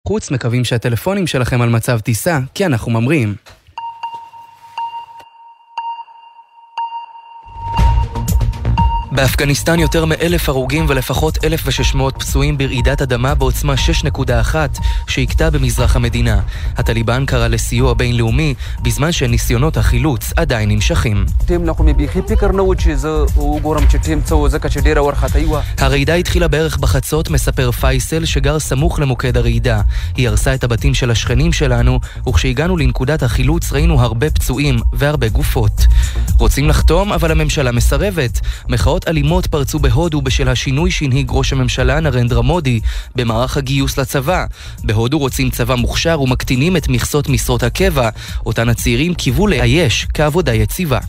חוץ מקווים שהטלפונים שלכם על מצב טיסה, כי אנחנו ממריאים. באפגניסטן יותר מ1,000 הרוגים ולפחות 1,600 פצועים ברעידת אדמה בעוצמה 6.1 שהקטה במזרח המדינה. הטליבן קרא לסיוע בינלאומי בזמן שניסיונות החילוץ עדיין נמשכים. הרעידה התחילה בערך בחצות, מספר פייסל שגר סמוך למוקד הרעידה. היא הרסה את הבתים של השכנים שלנו, וכשהגענו לנקודת החילוץ ראינו הרבה פצועים והרבה גופות. רוצים לחתום, אבל הממשלה מסרבת. מחאות אלימות פרצו בהודו בשל השינוי שהנהיג ראש הממשלה נרנדרה מודי במערך הגיוס לצבא. בהודו רוצים צבא מוכשר ומקטינים את מכסות משרות הקבע, אותן הצעירים קיוו לאייש כעבודה יציבה.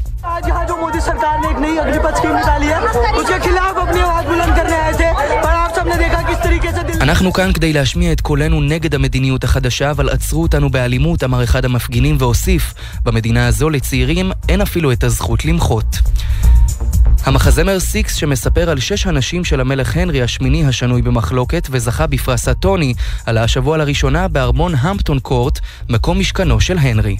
אנחנו כאן כדי להשמיע את קולנו נגד המדיניות החדשה, אבל עצרו אותנו באלימות, אמר אחד המפגינים והוסיף, במדינה הזו לצעירים אין אפילו את הזכות למחות. המחזמר סיקס שמספר על 6 הנשים של המלך הנרי השמיני השנוי במחלוקת וזכה בפרס הטוני, עלה השבוע לראשונה בארמון המפטון קורט, מקום משכנו של הנרי.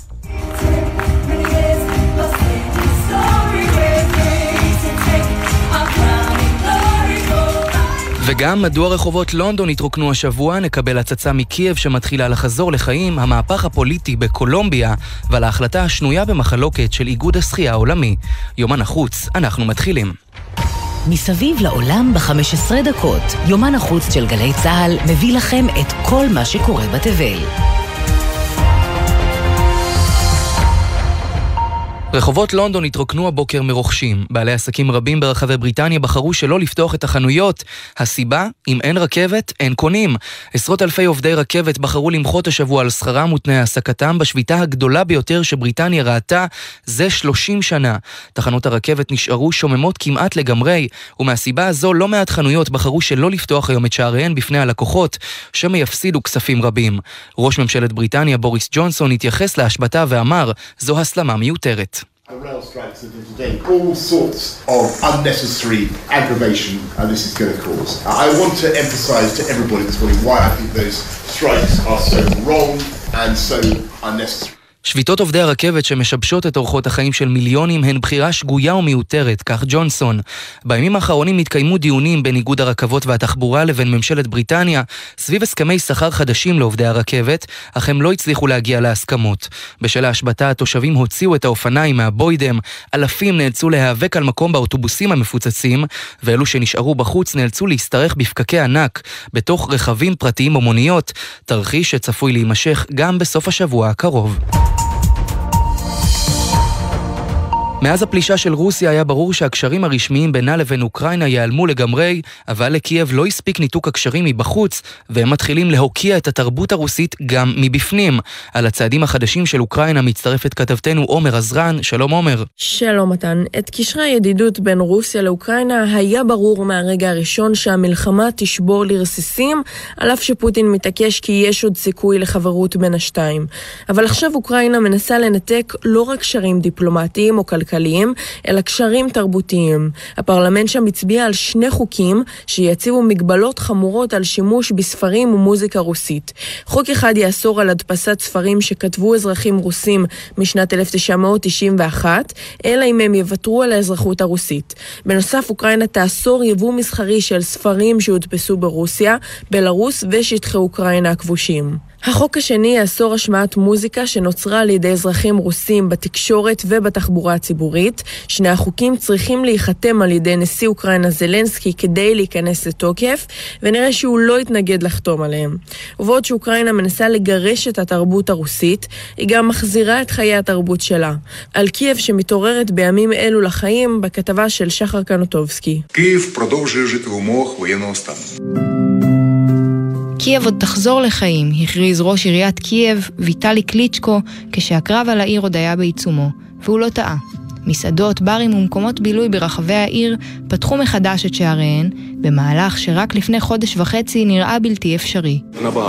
וגם מדוע רחובות לונדון התרוקנו השבוע, נקבל הצצה מקייב שמתחילה לחזור לחיים, המהפך הפוליטי בקולומביה ועל ההחלטה השנויה במחלוקת של איגוד השחייה העולמי. יומן החוץ, אנחנו מתחילים. מסביב לעולם ב-15 דקות, יומן החוץ של גלי צהל מביא לכם את כל מה שקורה בתבל. רחובות לונדון התרוקנו הבוקר מרוכשים. בעלי עסקים רבים ברחבי בריטניה בחרו שלא לפתוח את החנויות. הסיבה? אם אין רכבת, אין קונים. עשרות אלפי עובדי רכבת בחרו למחות השבוע על שכרם ותנאי העסקתם בשביתה הגדולה ביותר שבריטניה ראתה זה 30 שנה. תחנות הרכבת נשארו שוממות כמעט לגמרי, ומהסיבה הזו לא מעט חנויות בחרו שלא לפתוח היום את שעריהן בפני הלקוחות, שמייפסידו כספים רבים. ראש ממשלת בריטניה בוריס ג'ונסון התייחס להשבתה ואמר, זו הסלמה מיותרת. The rail strikes of today, all sorts of unnecessary aggravation this is going to cause. I want to emphasise to everybody this morning why I think those strikes are so wrong and so unnecessary. שביתות עובדי הרכבת שמשבשות את אורחות החיים של מיליונים הן בחירה שגויה ומיותרת, כך ג'ונסון. בימים האחרונים התקיימו דיונים בין איגוד הרכבות והתחבורה לבין ממשלת בריטניה סביב הסכמי שכר חדשים לעובדי הרכבת, אך הם לא הצליחו להגיע להסכמות. בשל ההשבתה התושבים הוציאו את האופניים מהבוידם, אלפים נאלצו להיאבק על מקום באוטובוסים המפוצצים, ואלו שנשארו בחוץ נאלצו להסתרך בפקקי ענק בתוך רכבים פרטיים או מוניות, תרחיש שצפוי להימשך גם בסוף השבוע הקרוב. מאז הפלישה של רוסיה היה ברור שהקשרים הרשמיים בינה לבין אוקראינה ייעלמו לגמרי, אבל לקייב לא הספיק ניתוק הקשרים מבחוץ, והם מתחילים להוקיע את התרבות הרוסית גם מבפנים. על הצעדים החדשים של אוקראינה מצטרפת כתבתנו עומר עזרן. שלום עומר. שלום מתן. את קשרי הידידות בין רוסיה לאוקראינה היה ברור מהרגע הראשון שהמלחמה תשבור לרסיסים, על אף שפוטין מתעקש כי יש עוד סיכוי לחברות בין השתיים. אבל עכשיו אוקראינה מנסה לנתק לא רק קשרים דיפלומטיים או כלכליים, אלא קשרים תרבותיים. הפרלמנט שם הצביע על 2 חוקים שיציבו מגבלות חמורות על שימוש בספרים ומוזיקה רוסית. חוק אחד יאסור על הדפסת ספרים שכתבו אזרחים רוסים משנת 1991, אלא אם הם יוותרו על האזרחות הרוסית. בנוסף, אוקראינה תאסור יבוא מסחרי של ספרים שהודפסו ברוסיה, בלרוס ושטחי אוקראינה הכבושים. החוק השני יאסור השמעת מוזיקה שנוצרה על ידי אזרחים רוסים בתקשורת ובתחבורה הציבורית. 2 החוקים צריכים להיחתם על ידי נשיא אוקראינה זלנסקי כדי להיכנס לתוקף, ונראה שהוא לא יתנגד לחתום עליהם. ובעוד שאוקראינה מנסה לגרש את התרבות הרוסית, היא גם מחזירה את חיי התרבות שלה. על קייב שמתעוררת בימים אלו לחיים, בכתבה של שחר קנוטובסקי. קייב продовжує жити в умовах воєнного стану. קייב עוד תחזור לחיים, הכריז ראש עיריית קייב, ויטלי קליצ'קו, כשהקרב על העיר עוד היה בעיצומו, והוא לא טעה. מסעדות, ברים ומקומות בילוי ברחבי העיר פתחו מחדש את שעריהן, במהלך שרק לפני חודש וחצי נראה בלתי אפשרי.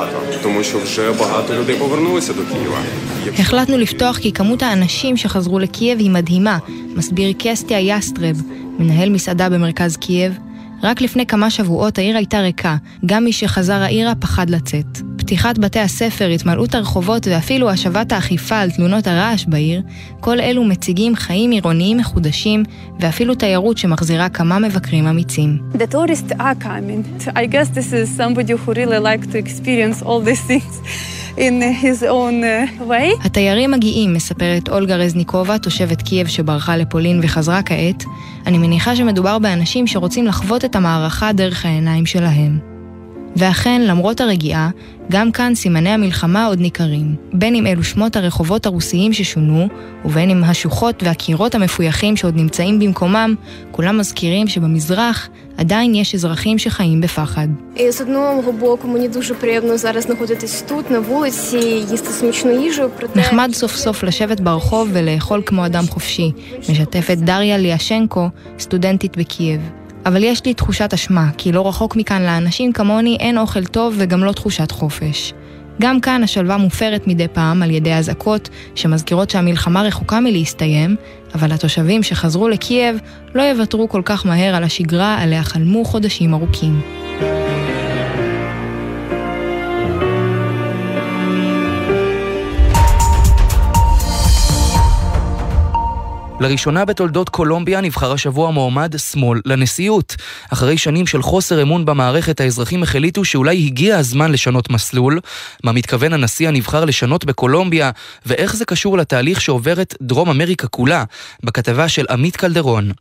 החלטנו לפתוח כי כמות האנשים שחזרו לקייב היא מדהימה, מסביר קסטיה יסטרב, מנהל מסעדה במרכז קייב. רק לפני כמה שבועות העיר הייתה ריקה, גם מי שחזר העירה פחד לצאת. פתיחת בתי הספר, התמלאות הרחובות ואפילו השבת האכיפה על תלונות הרעש בעיר, כל אלו מציגים חיים עירוניים מחודשים ואפילו תיירות שמחזירה כמה מבקרים אמיצים. The tourists are coming. I guess this is somebody who really like to experience all these things in his own way. התיירים מגיעים, מספרת אולגה רזניקובה, תושבת קייב שברחה לפולין וחזרה כעת. אני מניחה שמדובר באנשים שרוצים לחוות את המערכה דרך העיניים שלהם. ואכן, למרות הרגיעה, גם כאן סימני המלחמה עוד ניכרים. בין אם אלו שמות הרחובות הרוסיים ששונו, ובין אם השוחות והקירות המפויחים שעוד נמצאים במקומם, כולם מזכירים שבמזרח עדיין יש אזרחים שחיים בפחד. З одного боку, мені дуже приємно зараз знаходитись тут, на вулиці, їсти смачну їжу. נחמד סוף סוף לשבת ברחוב ולאכול כמו אדם חופשי, משתפת דריה ליאשנקו, סטודנטית בקייב. אבל יש לי תחושת אשמה, כי לא רחוק מכאן לאנשים כמוני אין אוכל טוב וגם לא תחושת חופש. גם כאן השלווה מופרת מדי פעם על ידי אזעקות שמזכירות שהמלחמה רחוקה מלהסתיים, אבל התושבים שחזרו לקייב לא יוותרו כל כך מהר על השגרה עליה חלמו חודשים ארוכים. לראשונה בתולדות קולומביה נבחר השבוע מועמד שמאל לנשיאות. אחרי שנים של חוסר אמון במערכת, האזרחים החליטו שאולי הגיע הזמן לשנות מסלול. מה מתכוון הנשיא הנבחר לשנות בקולומביה, ואיך זה קשור לתהליך שעוברת דרום אמריקה כולה, בכתבה של עמית קלדרון.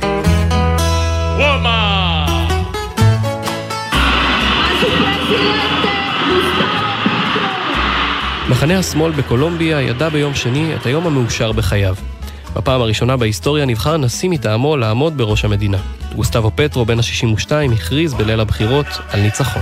מחנה השמאל בקולומביה ידע ביום שני את היום המאושר בחייו. בפעם הראשונה בהיסטוריה נבחר נשיא מטעמו לעמוד בראש המדינה. גוסטבו פטרו, בן ה-62, הכריז בליל הבחירות על ניצחון.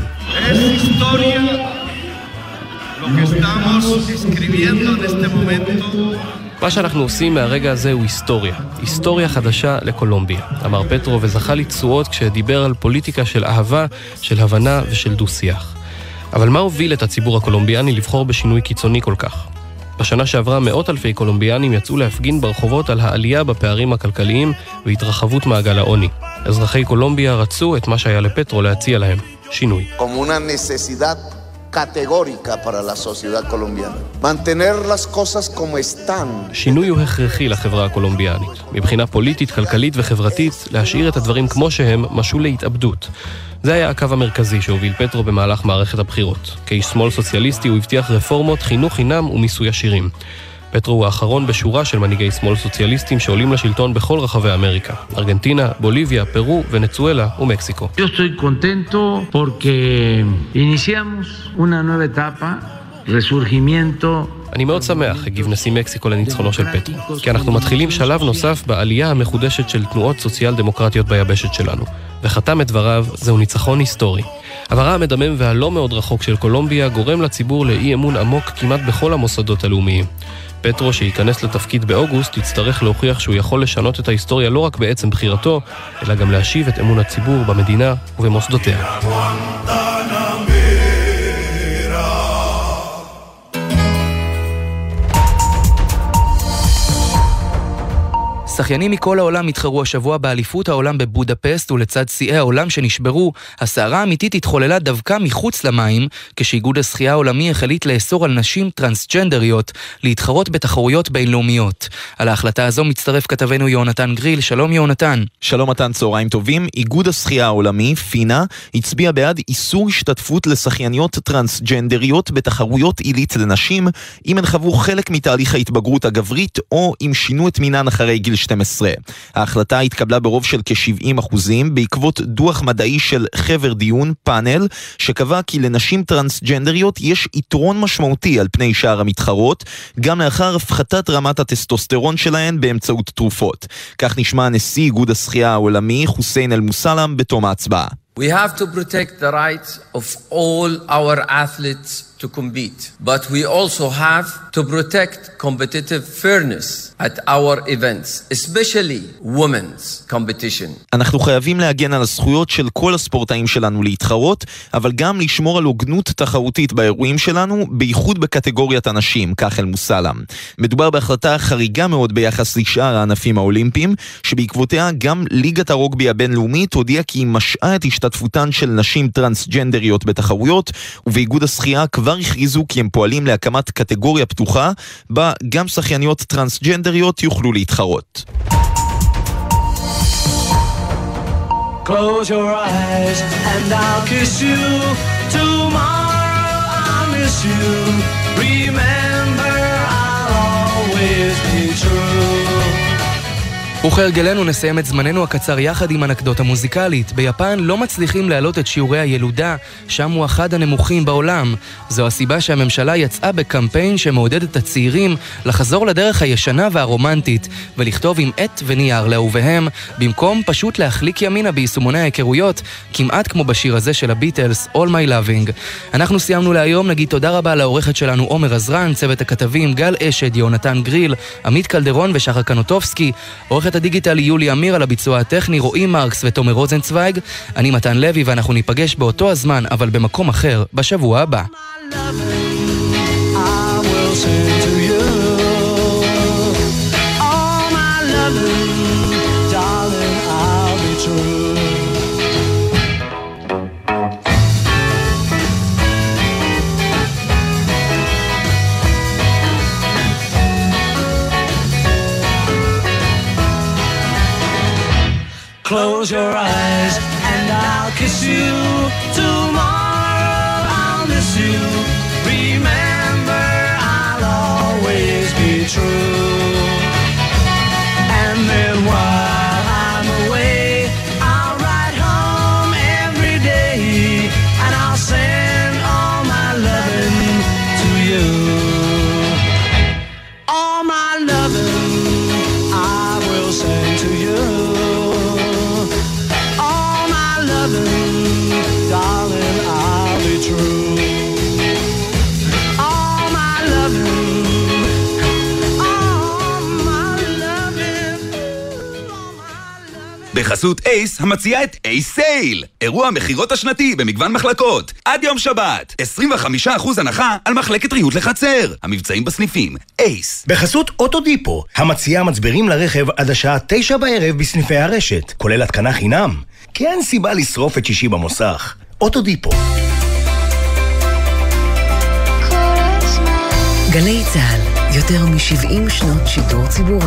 מה שאנחנו עושים מהרגע הזה הוא היסטוריה. היסטוריה חדשה לקולומביה, אמר פטרו, וזכה לתשואות כשדיבר על פוליטיקה של אהבה, של הבנה ושל דו-שיח. אבל מה הוביל את הציבור הקולומביאני לבחור בשינוי קיצוני כל כך? בשנה שעברה מאות אלפי קולומביאנים יצאו להפגין ברחובות על העלייה בפערים הכלכליים והתרחבות מעגל העוני. אזרחי קולומביה רצו את מה שהיה לפטרו להציע להם, שינוי. Como una necesidad categórica para la sociedad colombiana. Mantener las cosas como están. שינוי הוא הכרחי לחברה הקולומביאנית. מבחינה פוליטית, כלכלית וחברתית, להשאיר את הדברים כמו שהם משול להתאבדות. זה היה הקו המרכזי שהוביל פטרו במהלך מערכת הבחירות. כאיש שמאל סוציאליסטי הוא הבטיח רפורמות, חינוך חינם ומיסוי עשירים. פטרו הוא האחרון בשורה של מנהיגי שמאל סוציאליסטים שעולים לשלטון בכל רחבי אמריקה. ארגנטינה, בוליביה, פרו, ונצואלה ומקסיקו. Yo estoy contento porque iniciamos una nueva etapa, resurgimiento. אני מאוד שמח, הגיב נשיא מקסיקו לניצחונו של פטרו, כי אנחנו מתחילים שלב נוסף בעלייה המחודשת של תנועות סוציאל דמוקרטיות ביבשת שלנו. וחתם את דבריו, זהו ניצחון היסטורי. עברה המדמם והלא מאוד רחוק של קולומביה גורם לציבור לאי אמון עמוק כמעט בכל המוסדות הלאומיים. פטרו, שייכנס לתפקיד באוגוסט, יצטרך להוכיח שהוא יכול לשנות את ההיסטוריה לא רק בעצם בחירתו, אלא גם להשיב את אמון הציבור במדינה ובמוסדותיה. שחיינים מכל העולם התחרו השבוע באליפות העולם בבודפסט, ולצד שיאי העולם שנשברו, הסערה האמיתית התחוללה דווקא מחוץ למים, כשאיגוד השחייה העולמי החליט לאסור על נשים טרנסג'נדריות להתחרות בתחרויות בינלאומיות. על ההחלטה הזו מצטרף כתבנו יונתן גריל. שלום יונתן. שלום מתן, צהריים טובים. איגוד השחייה העולמי, פינה, הצביע בעד איסור השתתפות לשחייניות טרנסג'נדריות בתחרויות עילית לנשים, אם הן חוו חלק מתהליך ההתבגרות הגברית, או אם שינו את מינן אחרי גיל 12. ההחלטה התקבלה ברוב של כ-70% בעקבות דוח מדעי של חבר דיון, פאנל, שקבע כי לנשים טרנסג'נדריות יש יתרון משמעותי על פני שאר המתחרות, גם לאחר הפחתת רמת הטסטוסטרון שלהן באמצעות תרופות. כך נשמע נשיא איגוד השחייה העולמי, חוסיין אל-מוסלם, בתום ההצבעה. We have to protect the rights of all our athletes to compete, but we also have to protect competitive fairness at our events, especially women's competition. אנחנו חייבים להגן על הזכויות של כל הספורטאים שלנו להתחרות, אבל גם לשמור על הוגנות תחרותית באירועים שלנו, בייחוד בקטגוריית הנשים, כך אל-מוסלם. מדובר בהחלטה חריגה מאוד ביחס לשאר הענפים האולימפיים, שבעקבותיה גם ליגת הרוגבי הבינלאומית הודיעה כי היא משעה את השתתפותן של נשים טרנסג'נדריות בתחרויות, ובאיגוד השחייה כבר כבר הכריזו כי הם פועלים להקמת קטגוריה פתוחה, בה גם שחייניות טרנסג'נדריות יוכלו להתחרות. Close your eyes and I'll kiss you. Tomorrow I'll miss you. Remember I'll always be true. וכהרגלנו נסיים את זמננו הקצר יחד עם אנקדוטה מוזיקלית. ביפן לא מצליחים להעלות את שיעורי הילודה, שם הוא אחד הנמוכים בעולם. זו הסיבה שהממשלה יצאה בקמפיין שמעודד את הצעירים לחזור לדרך הישנה והרומנטית, ולכתוב עם עט ונייר לאהוביהם, במקום פשוט להחליק ימינה ביישומוני ההיכרויות, כמעט כמו בשיר הזה של הביטלס, All My Loving. אנחנו סיימנו להיום, נגיד תודה רבה לעורכת שלנו עומר עזרן, צוות הכתבים גל אשד, יונתן גריל, עמית קלדרון ושחר קנוטובסקי, עורכת הדיגיטלי יולי אמיר, על הביצוע הטכני רועי מרקס ותומר רוזנצוויג. אני מתן לוי ואנחנו ניפגש באותו הזמן אבל במקום אחר בשבוע הבא. Close your eyes and I'll kiss you. Tomorrow I'll miss you. Remember I'll always be true. And then while I'm away, I'll ride home every day, and I'll send all my loving to you. All my loving I will send to you. Darling, I'll be true. All my loving, all my loving. בחסות אייס המציעה את אייס סייל, אירוע המחירות השנתי במגוון מחלקות. עד יום שבת, 25% הנחה על מחלקת ריהוט לחצר. המבצעים בסניפים, אייס. בחסות אוטודיפו, המציעה מצברים לרכב עד השעה 9 בערב בסניפי הרשת, כולל התקנה חינם. כי אין סיבה לשרוף את שישי במוסך. אוטודיפו. גלי צהל, יותר מ-70 שנות שידור ציבורי.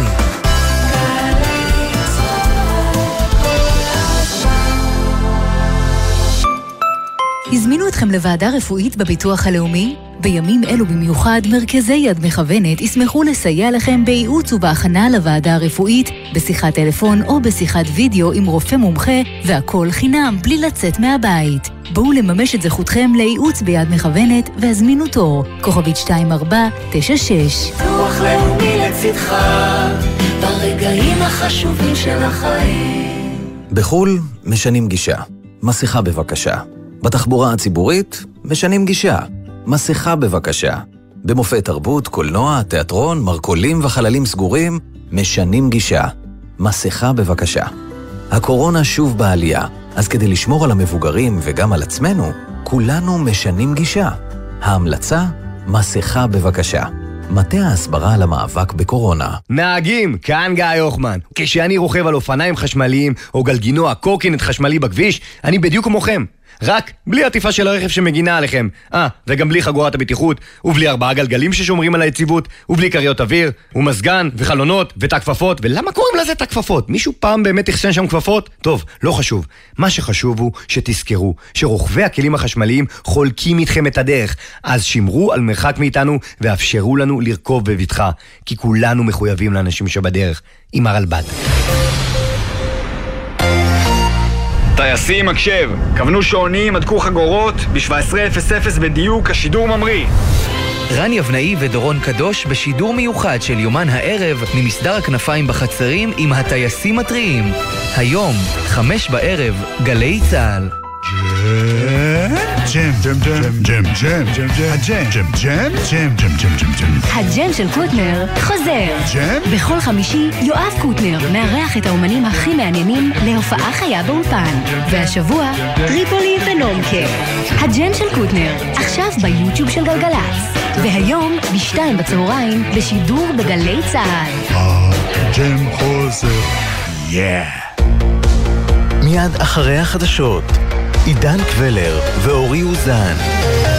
הזמינו אתכם לוועדה רפואית בביטוח הלאומי? בימים אלו במיוחד, מרכזי יד מכוונת ישמחו לסייע לכם בייעוץ ובהכנה לוועדה הרפואית, בשיחת טלפון או בשיחת וידאו עם רופא מומחה, והכל חינם בלי לצאת מהבית. בואו לממש את זכותכם לייעוץ ביד מכוונת והזמינו תור. כוכבית 2496. ביטוח לאומי לצדך ברגעים החשובים של החיים. בחול משנים גישה. מסכה בבקשה. בתחבורה הציבורית משנים גישה. מסכה בבקשה. במופעי תרבות, קולנוע, תיאטרון, מרקולים וחללים סגורים, משנים גישה. מסכה בבקשה. הקורונה שוב בעלייה, אז כדי לשמור על המבוגרים וגם על עצמנו, כולנו משנים גישה. ההמלצה, מסכה בבקשה. מטה ההסברה על המאבק בקורונה. נהגים, כאן גיא יוחמן. כשאני רוכב על אופניים חשמליים או גלגינוע קורקינט חשמלי בכביש, אני בדיוק כמוכם. רק בלי עטיפה של הרכב שמגינה עליכם. וגם בלי חגורת הבטיחות, ובלי 4 גלגלים ששומרים על היציבות, ובלי קריות אוויר, ומזגן, וחלונות, ותקפפות. ולמה קוראים לזה תקפפות? מישהו פעם באמת יחסן שם כפפות? טוב, לא חשוב. מה שחשוב הוא שתזכרו שרוכבי הכלים החשמליים חולקים איתכם את הדרך. אז שמרו על מרחק מאיתנו, ואפשרו לנו לרכוב בבטחה. כי כולנו מחויבים לאנשים שבדרך. עם הרלב"ד. טייסים מקשב, כוונו שעונים, הדקו חגורות, ב-17:00 בדיוק השידור ממריא. רן יבנאי ודורון קדוש בשידור מיוחד של יומן הערב ממסדר הכנפיים בחצרים עם הטייסים מטריעים. היום, 5 בערב, גלי צהל. הג'ם של קוטנר חוזר. בכל חמישי יואב קוטנר מארח את האומנים הכי מעניינים להופעה חיה באולפן. והשבוע טריפולי ונומקה. הג'ם של קוטנר עכשיו ביוטיוב של גלגלצ. והיום ב-2 בצהריים בשידור בגלי צהל. הג'ם חוזר. מיד אחרי החדשות, עידן קבלר ואורי אוזן.